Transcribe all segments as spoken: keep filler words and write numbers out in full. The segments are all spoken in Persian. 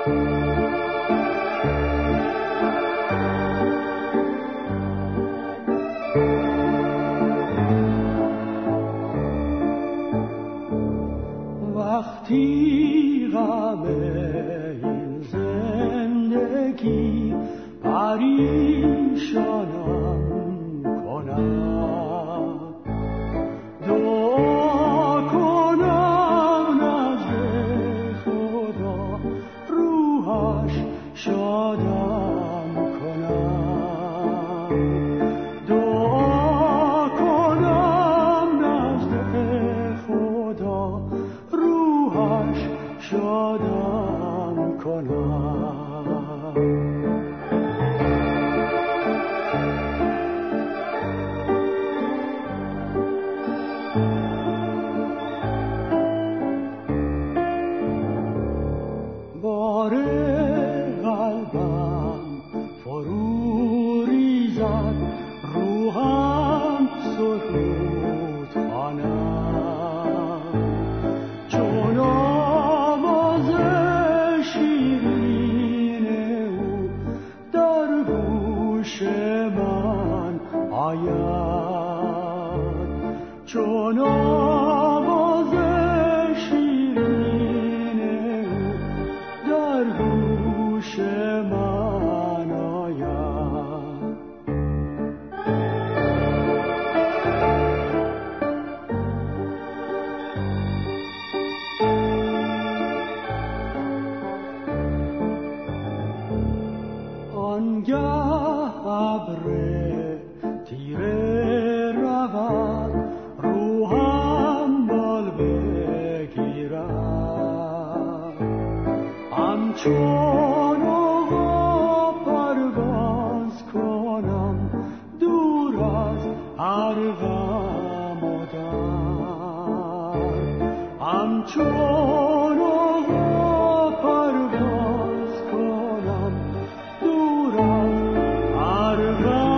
وقتی غم این زندگی پریشانم کند، دعا کنم نزد خدا روحش شادم کند، دعا کنم نزد خدا روحش شادم کند. بار قلبم فرو ریزد، روحم سرود خواند، چون آواز شیرین او در گوش من آید، چون آواز شیرین او در گوش من آید. آنگه ابر تیره رود، روحم بال بگیرد، همچون آقا پرواز کنم دور از هر غم و درد، همچون آقا پرواز کنم دور از هر غم و درد.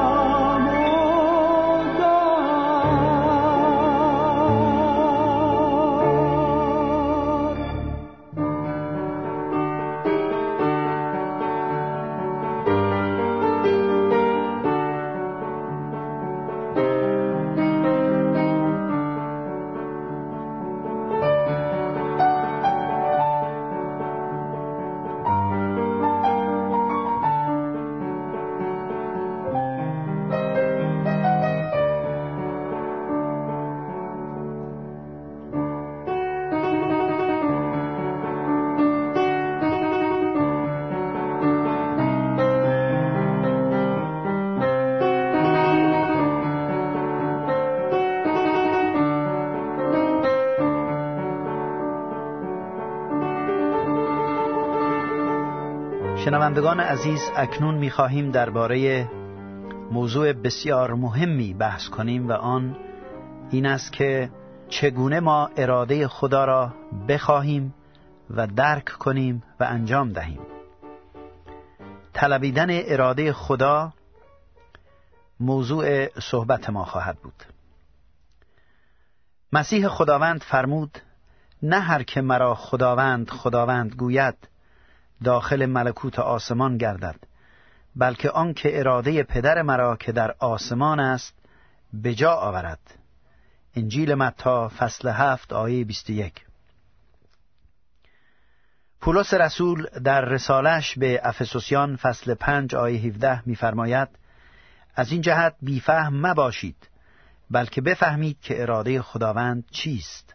شنوندگان عزیز، اکنون می‌خواهیم درباره موضوع بسیار مهمی بحث کنیم و آن این است که چگونه ما اراده خدا را بخواهیم و درک کنیم و انجام دهیم. طلبیدن اراده خدا موضوع صحبت ما خواهد بود. مسیح خداوند فرمود: نه هر که مرا خداوند خداوند گوید داخل ملکوت آسمان گردد، بلکه آن که اراده پدر مرا که در آسمان است به جا آورد. انجیل متی فصل هفت آیه بیست و یک. پولس رسول در رسالش به افسوسیان فصل پنج آیه هفده می‌فرماید: از این جهت بیفهم مباشید، بلکه بفهمید که اراده خداوند چیست.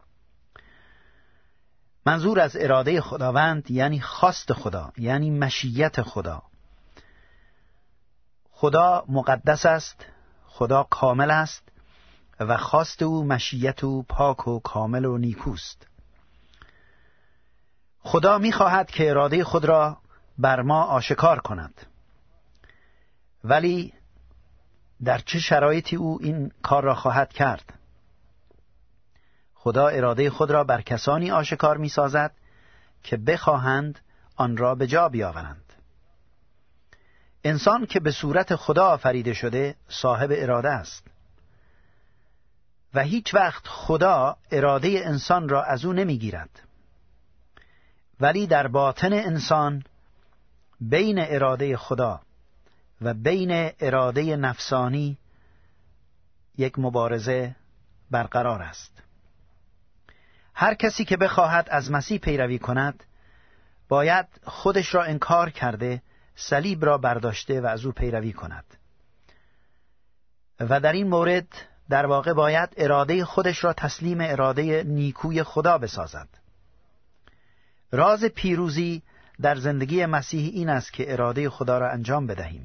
منظور از اراده خداوند یعنی خواست خدا، یعنی مشیت خدا. خدا مقدس است، خدا کامل است و خواست او، مشیت او پاک و کامل و نیکوست. خدا می‌خواهد که اراده خود را بر ما آشکار کند، ولی در چه شرایطی او این کار را خواهد کرد؟ خدا اراده خود را بر کسانی آشکار می‌سازد که بخواهند آن را به جا بیاورند. انسان که به صورت خدا آفریده شده صاحب اراده است و هیچ وقت خدا اراده انسان را از او نمی‌گیرد، ولی در باطن انسان بین اراده خدا و بین اراده نفسانی یک مبارزه برقرار است. هر کسی که بخواهد از مسیح پیروی کند باید خودش را انکار کرده، صلیب را برداشته و از او پیروی کند. و در این مورد در واقع باید اراده خودش را تسلیم اراده نیکوی خدا بسازد. راز پیروزی در زندگی مسیحی این است که اراده خدا را انجام بدهیم.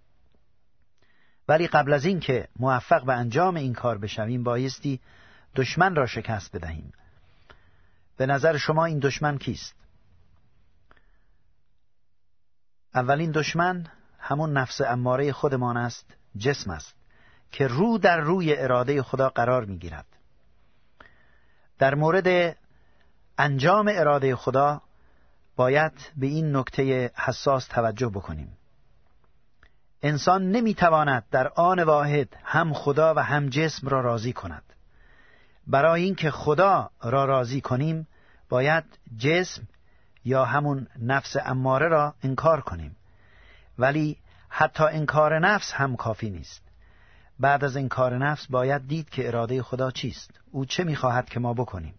ولی قبل از این که موفق به انجام این کار بشویم بایستی دشمن را شکست بدهیم. به نظر شما این دشمن کیست؟ اولین دشمن همون نفس اماره خودمان است، جسم است که رو در روی اراده خدا قرار می گیرد. در مورد انجام اراده خدا باید به این نکته حساس توجه بکنیم. انسان نمی تواند در آن واحد هم خدا و هم جسم را راضی کند. برای اینکه خدا را راضی کنیم باید جسم یا همون نفس اماره را انکار کنیم. ولی حتی انکار نفس هم کافی نیست. بعد از انکار نفس باید دید که اراده خدا چیست، او چه می‌خواهد که ما بکنیم.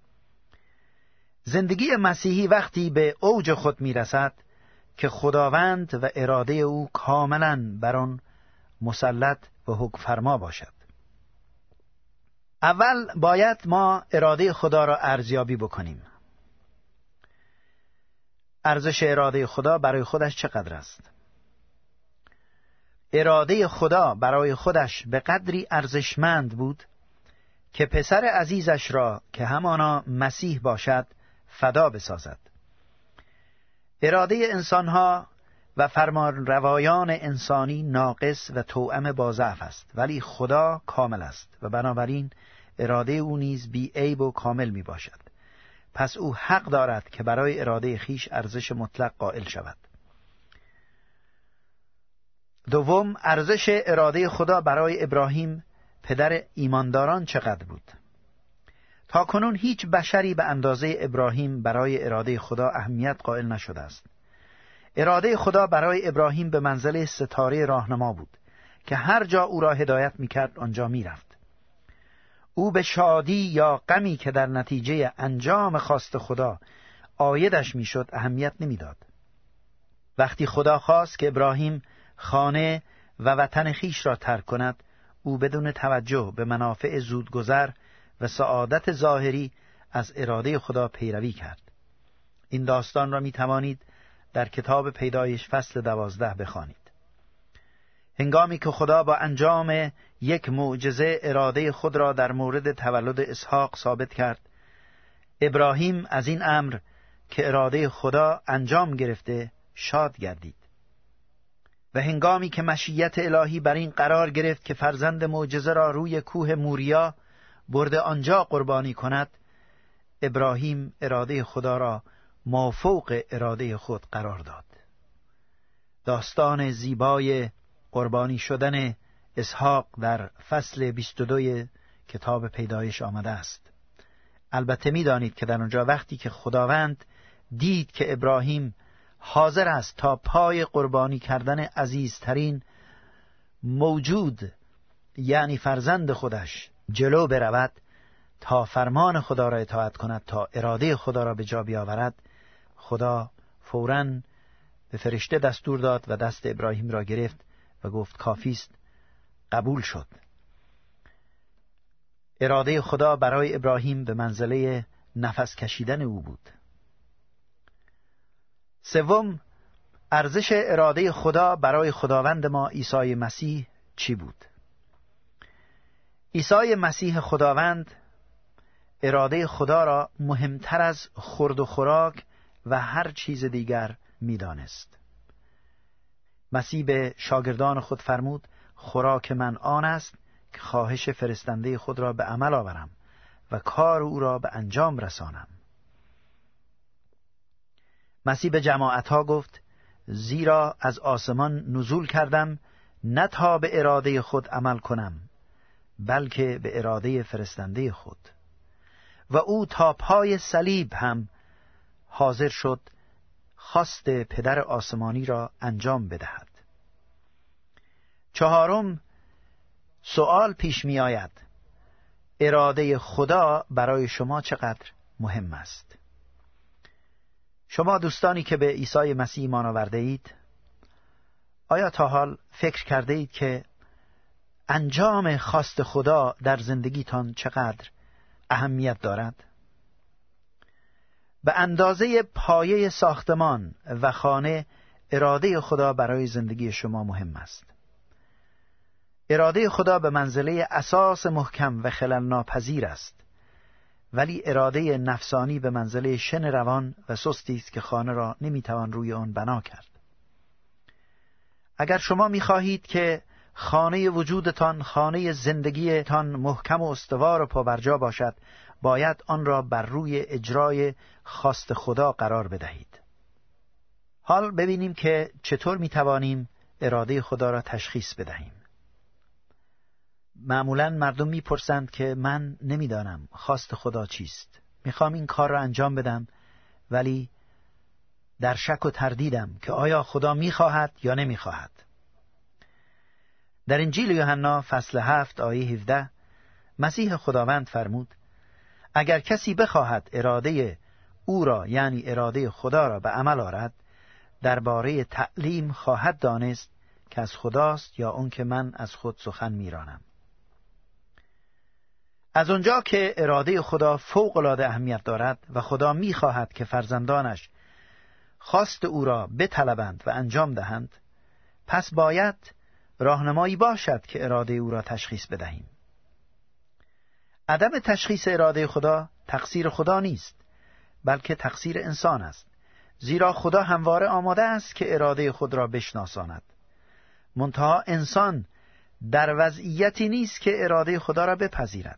زندگی مسیحی وقتی به اوج خود می‌رسد که خداوند و اراده او کاملاً بر آن مسلط و حکم فرما باشد. اول باید ما اراده خدا را ارزیابی بکنیم. ارزش اراده خدا برای خودش چقدر است؟ اراده خدا برای خودش به قدری ارزشمند بود که پسر عزیزش را که همانا مسیح باشد فدا بسازد. اراده انسانها و فرمان روایان انسانی ناقص و توأم با ضعف است، ولی خدا کامل است و بنابراین اراده او نیز بی عیب و کامل می باشد. پس او حق دارد که برای اراده خیش ارزش مطلق قائل شود. دوم، ارزش اراده خدا برای ابراهیم پدر ایمانداران چقدر بود؟ تا کنون هیچ بشری به اندازه ابراهیم برای اراده خدا اهمیت قائل نشده است. اراده خدا برای ابراهیم به منزله ستاره راهنما بود که هر جا او را هدایت می‌کرد آنجا می‌رفت. او به شادی یا غمی که در نتیجه انجام خواست خدا عایدش می‌شد اهمیت نمی‌داد. وقتی خدا خواست که ابراهیم خانه و وطن خیش را ترک کند، او بدون توجه به منافع زودگذر و سعادت ظاهری از اراده خدا پیروی کرد. این داستان را می توانید در کتاب پیدایش فصل دوازده بخوانید. هنگامی که خدا با انجام یک معجزه اراده خود را در مورد تولد اسحاق ثابت کرد، ابراهیم از این امر که اراده خدا انجام گرفته شاد گردید. و هنگامی که مشیت الهی بر این قرار گرفت که فرزند معجزه را روی کوه موریا برده آنجا قربانی کند، ابراهیم اراده خدا را مافوق اراده خود قرار داد. داستان زیبای قربانی شدن اسحاق در فصل بیست و دو کتاب پیدایش آمده است. البته می دانید که در آنجا وقتی که خداوند دید که ابراهیم حاضر است تا پای قربانی کردن عزیزترین موجود یعنی فرزند خودش جلو برود تا فرمان خدا را اطاعت کند، تا اراده خدا را به جا بیاورد، خدا فوراً به فرشته دستور داد و دست ابراهیم را گرفت و گفت کافی است، قبول شد. اراده خدا برای ابراهیم به منزله نفس کشیدن او بود. سوم، ارزش اراده خدا برای خداوند ما عیسی مسیح چی بود؟ عیسی مسیح خداوند اراده خدا را مهمتر از خورد و خوراک و هر چیز دیگر می‌دانست. مسیح به شاگردان خود فرمود خوراک من آن است که خواهش فرستنده خود را به عمل آورم و کار او را به انجام رسانم. مسیح به جماعتها گفت زیرا از آسمان نزول کردم نه تا به اراده خود عمل کنم بلکه به اراده فرستنده خود. و او تا پای صلیب هم حاضر شد خواست پدر آسمانی را انجام بدهد. چهارم، سوال پیش می آید: اراده خدا برای شما چقدر مهم است؟ شما دوستانی که به عیسی مسیح ایمان آورده اید، آیا تا حال فکر کرده اید که انجام خواست خدا در زندگیتان چقدر اهمیت دارد؟ به اندازه پایه ساختمان و خانه، اراده خدا برای زندگی شما مهم است. اراده خدا به منزله اساس محکم و خلل ناپذیر است، ولی اراده نفسانی به منزله شن روان و سستی است که خانه را نمیتوان روی آن بنا کرد. اگر شما میخواهید که خانه وجودتان، خانه زندگیتان محکم و استوار و پابرجا باشد، باید آن را بر روی اجرای خواست خدا قرار بدهید. حال ببینیم که چطور میتوانیم اراده خدا را تشخیص بدهیم. معمولاً مردم میپرسند که من نمیدانم خواست خدا چیست. میخوام این کار را انجام بدم، ولی در شک و تردیدم که آیا خدا میخواهد یا نمیخواهد. در انجیل یوحنا فصل هفت آیه هفده مسیح خداوند فرمود: اگر کسی بخواهد اراده او را، یعنی اراده خدا را به عمل آورد، درباره تعلیم خواهد دانست که از خداست یا اون که من از خود سخن میرانم. از اونجا که اراده خدا فوق العاده اهمیت دارد و خدا میخواهد که فرزندانش خواست او را بطلبند و انجام دهند، پس باید راهنمایی باشد که اراده او را تشخیص بدهیم. عدم تشخیص اراده خدا تقصیر خدا نیست، بلکه تقصیر انسان است، زیرا خدا همواره آماده است که اراده خود را بشناساند. منتها انسان در وضعیتی نیست که اراده خدا را بپذیرد.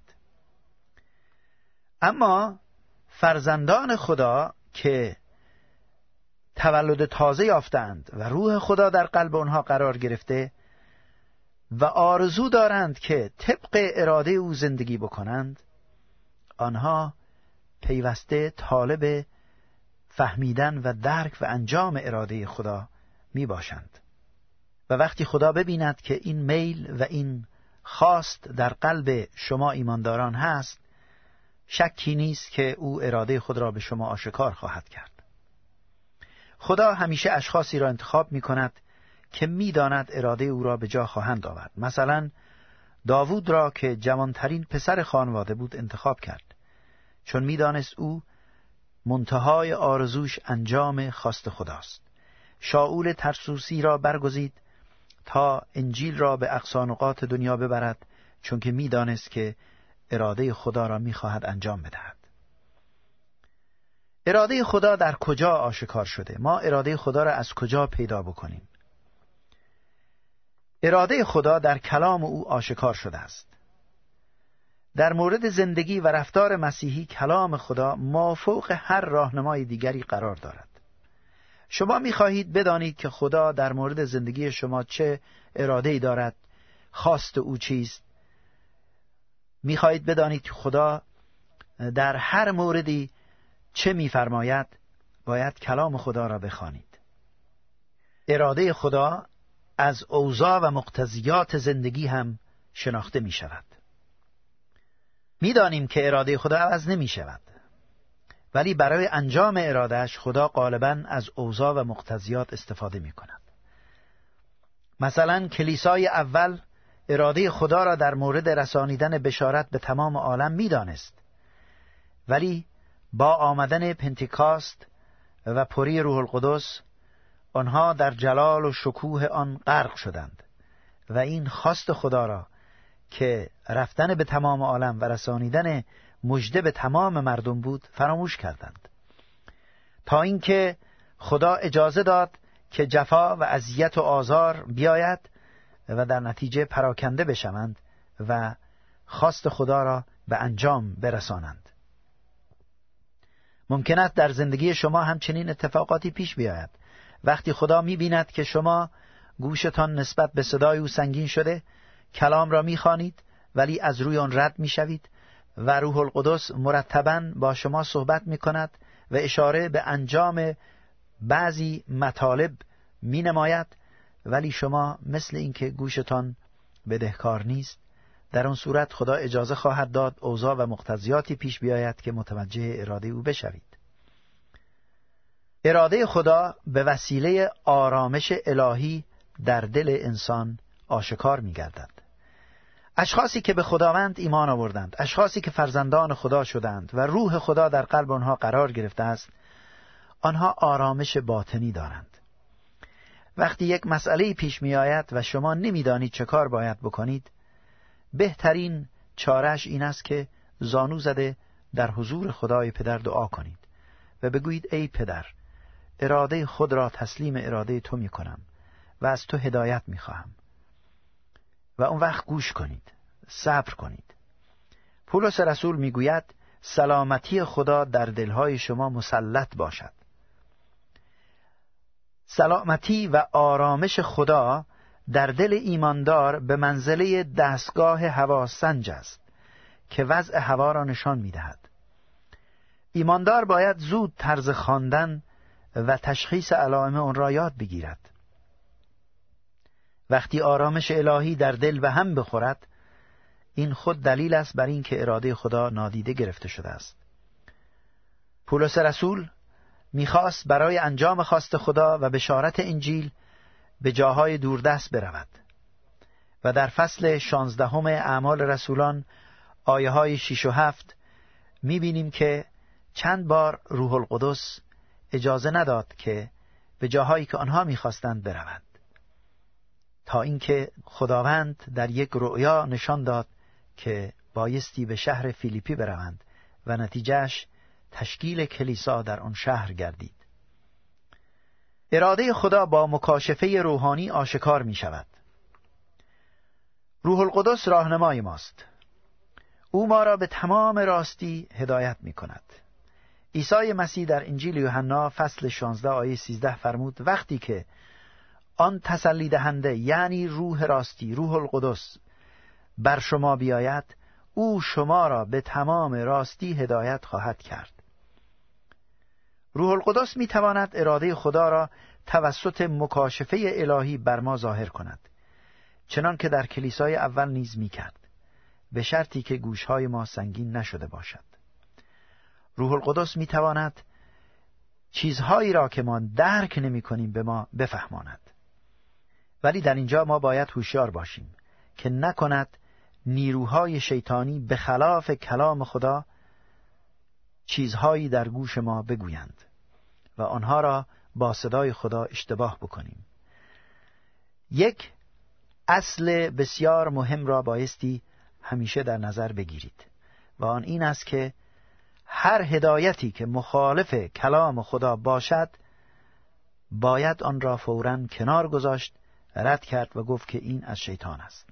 اما فرزندان خدا که تولد تازه یافتند و روح خدا در قلب آنها قرار گرفته و آرزو دارند که طبق اراده او زندگی بکنند، آنها پیوسته طالب فهمیدن و درک و انجام اراده خدا می باشند. و وقتی خدا ببیند که این میل و این خواست در قلب شما ایمانداران هست، شکی نیست که او اراده خود را به شما آشکار خواهد کرد. خدا همیشه اشخاصی را انتخاب می کند که می داند اراده او را به جا خواهند آورد. مثلا داوود را که جوانترین پسر خانواده بود انتخاب کرد، چون می دانست او منتهای آرزوش انجام خواست خداست. شاول ترسوسی را برگزید تا انجیل را به اقصی نقاط دنیا ببرد، چون که می دانست که اراده خدا را می خواهد انجام بدهد. اراده خدا در کجا آشکار شده؟ ما اراده خدا را از کجا پیدا بکنیم؟ اراده خدا در کلام او آشکار شده است. در مورد زندگی و رفتار مسیحی کلام خدا مافوق هر راهنمای دیگری قرار دارد. شما می‌خواهید بدانید که خدا در مورد زندگی شما چه اراده‌ای دارد، خواست او چیست؟ می‌خواهید بدانید که خدا در هر موردی چه می‌فرماید؟ باید کلام خدا را بخوانید. اراده خدا از اوضاع و مقتضیات زندگی هم شناخته می‌شود. می‌دانیم که اراده خدا عوض نمی‌شود، ولی برای انجام ارادهش خدا غالباً از اوضاع و مقتضیات استفاده می‌کند. مثلا کلیسای اول اراده خدا را در مورد رسانیدن بشارت به تمام عالم می‌دانست، ولی با آمدن پنتیکاست و پری روح القدس آنها در جلال و شکوه آن غرق شدند و این خواست خدا را که رفتن به تمام عالم و رسانیدن مژده به تمام مردم بود فراموش کردند، تا اینکه خدا اجازه داد که جفا و اذیت و آزار بیاید و در نتیجه پراکنده بشوند و خواست خدا را به انجام برسانند. ممکن است در زندگی شما همچنین اتفاقاتی پیش بیاید. وقتی خدا می‌بیند که شما گوشتان نسبت به صدای او سنگین شده، کلام را می‌خوانید ولی از روی آن رد می‌شوید و روح القدس مرتباً با شما صحبت می‌کند و اشاره به انجام بعضی مطالب می نماید، ولی شما مثل اینکه گوشتان بدهکار نیست، در آن صورت خدا اجازه خواهد داد اوضاع و مقتضیاتی پیش بیاید که متوجه اراده او بشوید. اراده خدا به وسیله آرامش الهی در دل انسان آشکار می گردد. اشخاصی که به خداوند ایمان آوردند، اشخاصی که فرزندان خدا شدند و روح خدا در قلب آنها قرار گرفته است، آنها آرامش باطنی دارند. وقتی یک مسئله پیش می آید و شما نمی دانید چه کار باید بکنید، بهترین چاره‌اش این است که زانو زده در حضور خدای پدر دعا کنید و بگویید ای پدر، اراده خود را تسلیم اراده تو می کنم و از تو هدایت می خواهم. و اون وقت گوش کنید، صبر کنید. پولس رسول می گوید سلامتی خدا در دلهای شما مسلط باشد. سلامتی و آرامش خدا در دل ایماندار به منزله دستگاه هواسنج است که وضع هوا را نشان می دهد. ایماندار باید زود طرز خواندن و تشخیص علائم آن را یاد بگیرد. وقتی آرامش الهی در دل به هم بخورد، این خود دلیل است بر این که اراده خدا نادیده گرفته شده است. پولس رسول میخواست برای انجام خواست خدا و بشارت انجیل به جاهای دوردست برود و در فصل شانزدهم اعمال رسولان آیه های شش و هفت میبینیم که چند بار روح القدس اجازه نداد که به جاهایی که آنها میخواستند برود، تا اینکه خداوند در یک رؤیا نشان داد که بایستی به شهر فیلیپی بروند و نتیجهش تشکیل کلیسا در آن شهر گردید. اراده خدا با مکاشفه روحانی آشکار می شود. روح القدس راهنمای ماست. او ما را به تمام راستی هدایت می کند. عیسی مسیح در انجیل یوحنا فصل شانزده آیه سیزده فرمود وقتی که آن تسلی دهنده یعنی روح راستی، روح القدس بر شما بیاید، او شما را به تمام راستی هدایت خواهد کرد. روح القدس می تواند اراده خدا را توسط مکاشفه الهی بر ما ظاهر کند، چنان که در کلیسای اول نیز می کرد، به شرطی که گوشهای ما سنگین نشده باشد. روح القدس می تواند چیزهایی را که ما درک نمی کنیم به ما بفهماند. ولی در اینجا ما باید هوشیار باشیم که نکند نیروهای شیطانی به خلاف کلام خدا چیزهایی در گوش ما بگویند و آنها را با صدای خدا اشتباه بکنیم. یک اصل بسیار مهم را بایستی همیشه در نظر بگیرید و آن این است که هر هدایتی که مخالف کلام خدا باشد باید آن را فوراً کنار گذاشت، رد کرد و گفت که این از شیطان است.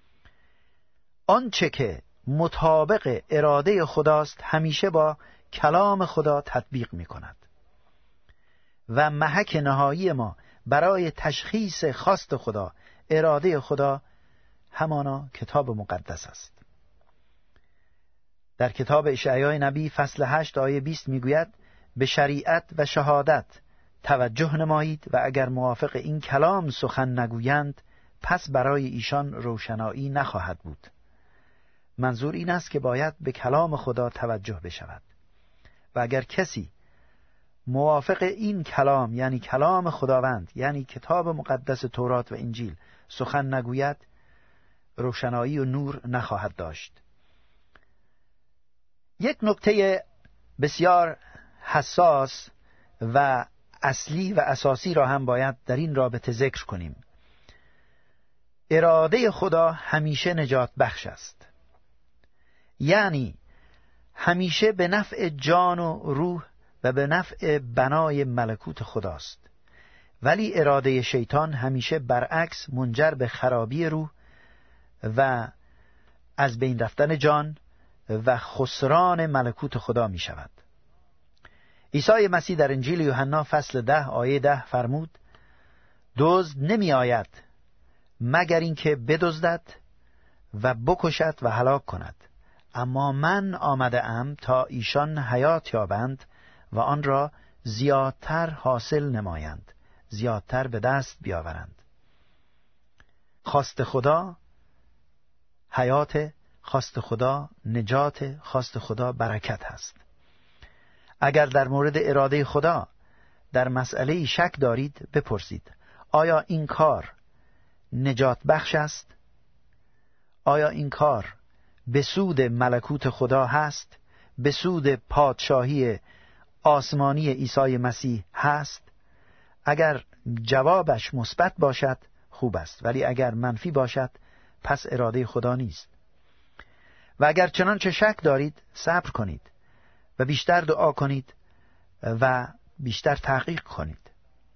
آنچه که مطابق اراده خداست همیشه با کلام خدا تطبیق می کند و محک نهایی ما برای تشخیص خواست خدا، اراده خدا، همانا کتاب مقدس است. در کتاب اشعیا نبی فصل هشت آیه بیست می گوید به شریعت و شهادت توجه نمایید و اگر موافق این کلام سخن نگویند پس برای ایشان روشنایی نخواهد بود. منظور این است که باید به کلام خدا توجه بشود و اگر کسی موافق این کلام یعنی کلام خداوند یعنی کتاب مقدس تورات و انجیل سخن نگوید، روشنایی و نور نخواهد داشت. یک نکته بسیار حساس و اصلی و اساسی را هم باید در این رابطه ذکر کنیم. اراده خدا همیشه نجات بخش است، یعنی همیشه به نفع جان و روح و به نفع بنای ملکوت خداست، ولی اراده شیطان همیشه برعکس منجر به خرابی روح و از بین رفتن جان و خسران ملکوت خدا می شود. عیسی مسیح در انجیل یوحنا فصل ده آیه ده فرمود دزد نمی آید مگر اینکه بدزدد و بکشد و هلاک کند، اما من آمده ام تا ایشان حیات یابند و آن را زیادتر حاصل نمایند، زیادتر به دست بیاورند. خواست خدا حیات، خواست خدا نجات، خواست خدا برکت هست. اگر در مورد اراده خدا در مسئله شک دارید، بپرسید آیا این کار نجات بخش است؟ آیا این کار به سود ملکوت خدا هست؟ به سود پادشاهی آسمانی عیسی مسیح هست؟ اگر جوابش مثبت باشد خوب است، ولی اگر منفی باشد پس اراده خدا نیست. و اگر چنانچه شک دارید، صبر کنید و بیشتر دعا کنید و بیشتر تحقیق کنید.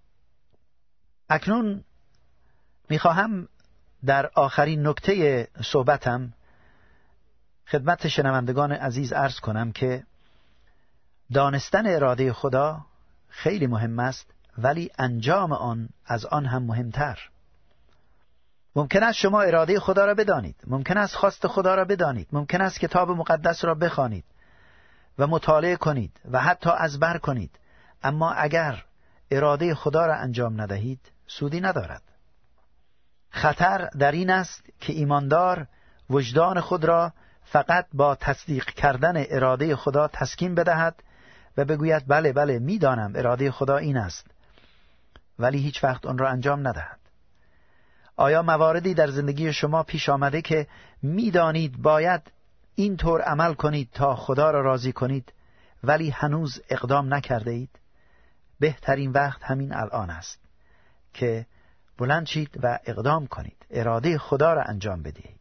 اکنون میخواهم در آخرین نکته صحبتم خدمت شنوندگان عزیز عرض کنم که دانستن اراده خدا خیلی مهم است، ولی انجام آن از آن هم مهمتر. ممکن است شما اراده خدا را بدانید، ممکن است خواست خدا را بدانید، ممکن است کتاب مقدس را بخوانید و مطالعه کنید و حتی ازبر کنید، اما اگر اراده خدا را انجام ندهید سودی ندارد. خطر در این است که ایماندار وجدان خود را فقط با تصدیق کردن اراده خدا تسکین بدهد و بگوید بله بله میدانم اراده خدا این است، ولی هیچ وقت آن را انجام ندهد. آیا مواردی در زندگی شما پیش آمده که میدانید باید این طور عمل کنید تا خدا را راضی کنید، ولی هنوز اقدام نکرده اید؟ بهترین وقت همین الان است که بلند شید و اقدام کنید، اراده خدا را انجام بدهید.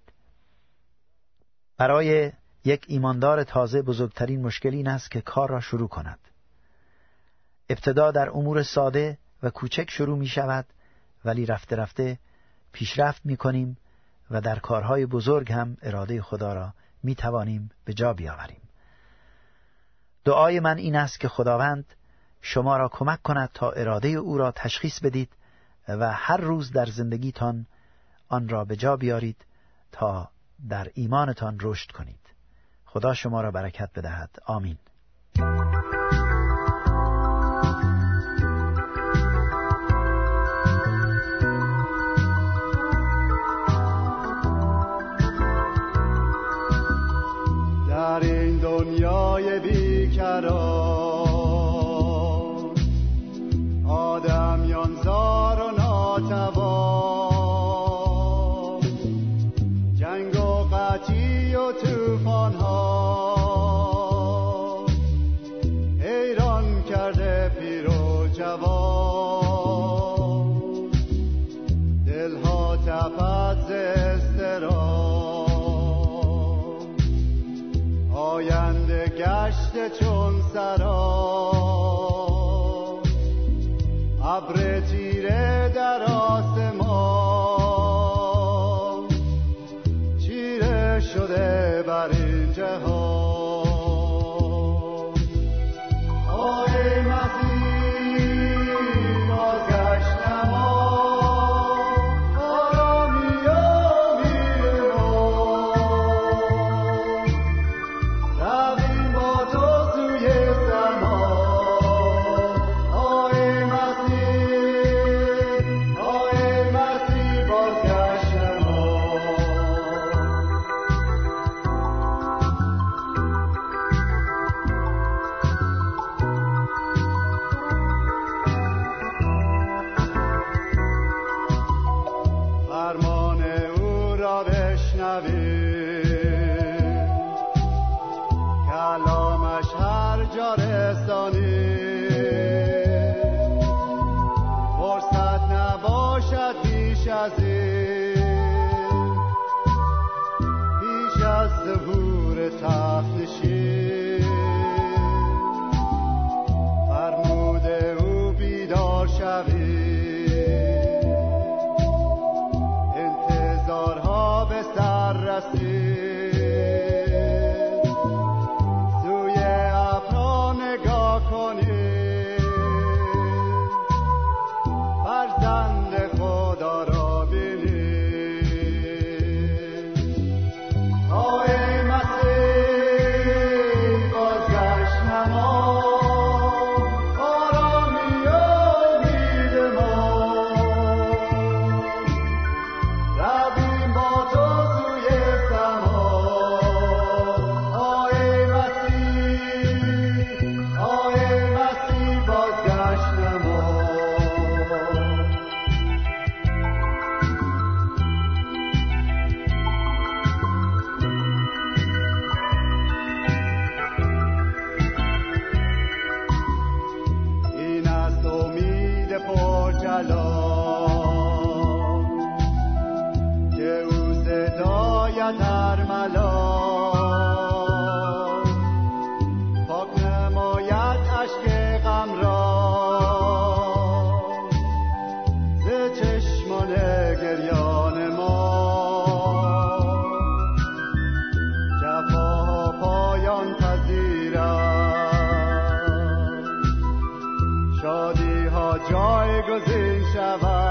برای یک ایماندار تازه بزرگترین مشکل این است که کار را شروع کند. ابتدا در امور ساده و کوچک شروع می شود، ولی رفته رفته پیشرفت می کنیم و در کارهای بزرگ هم اراده خدا را می توانیم به جا بیاوریم. دعای من این است که خداوند شما را کمک کند تا اراده او را تشخیص بدید و هر روز در زندگیتان آن را به جا بیارید تا در ایمانتان رشد کنید. خدا شما را برکت بدهد. آمین. در این دنیای بیکران آدمیان زار و ناتوان، جنگ و قحطی و طوفان ها حیران کرده پیر و جوان، دلها تپد ز اضطراب، آینده گشته چون سراب، ابر تیره در آسمان چیره شده بر این جهان. آی مسیح بازگشت نما، آرامی و امید ما، رویم با تو سوی سما. آی مسیح، آی پر جلال که او صدای در ملال پاک نماید اشک غم را ز چشمان گریان ما جفاها پایان پذیرد شادی ها جایگزین شود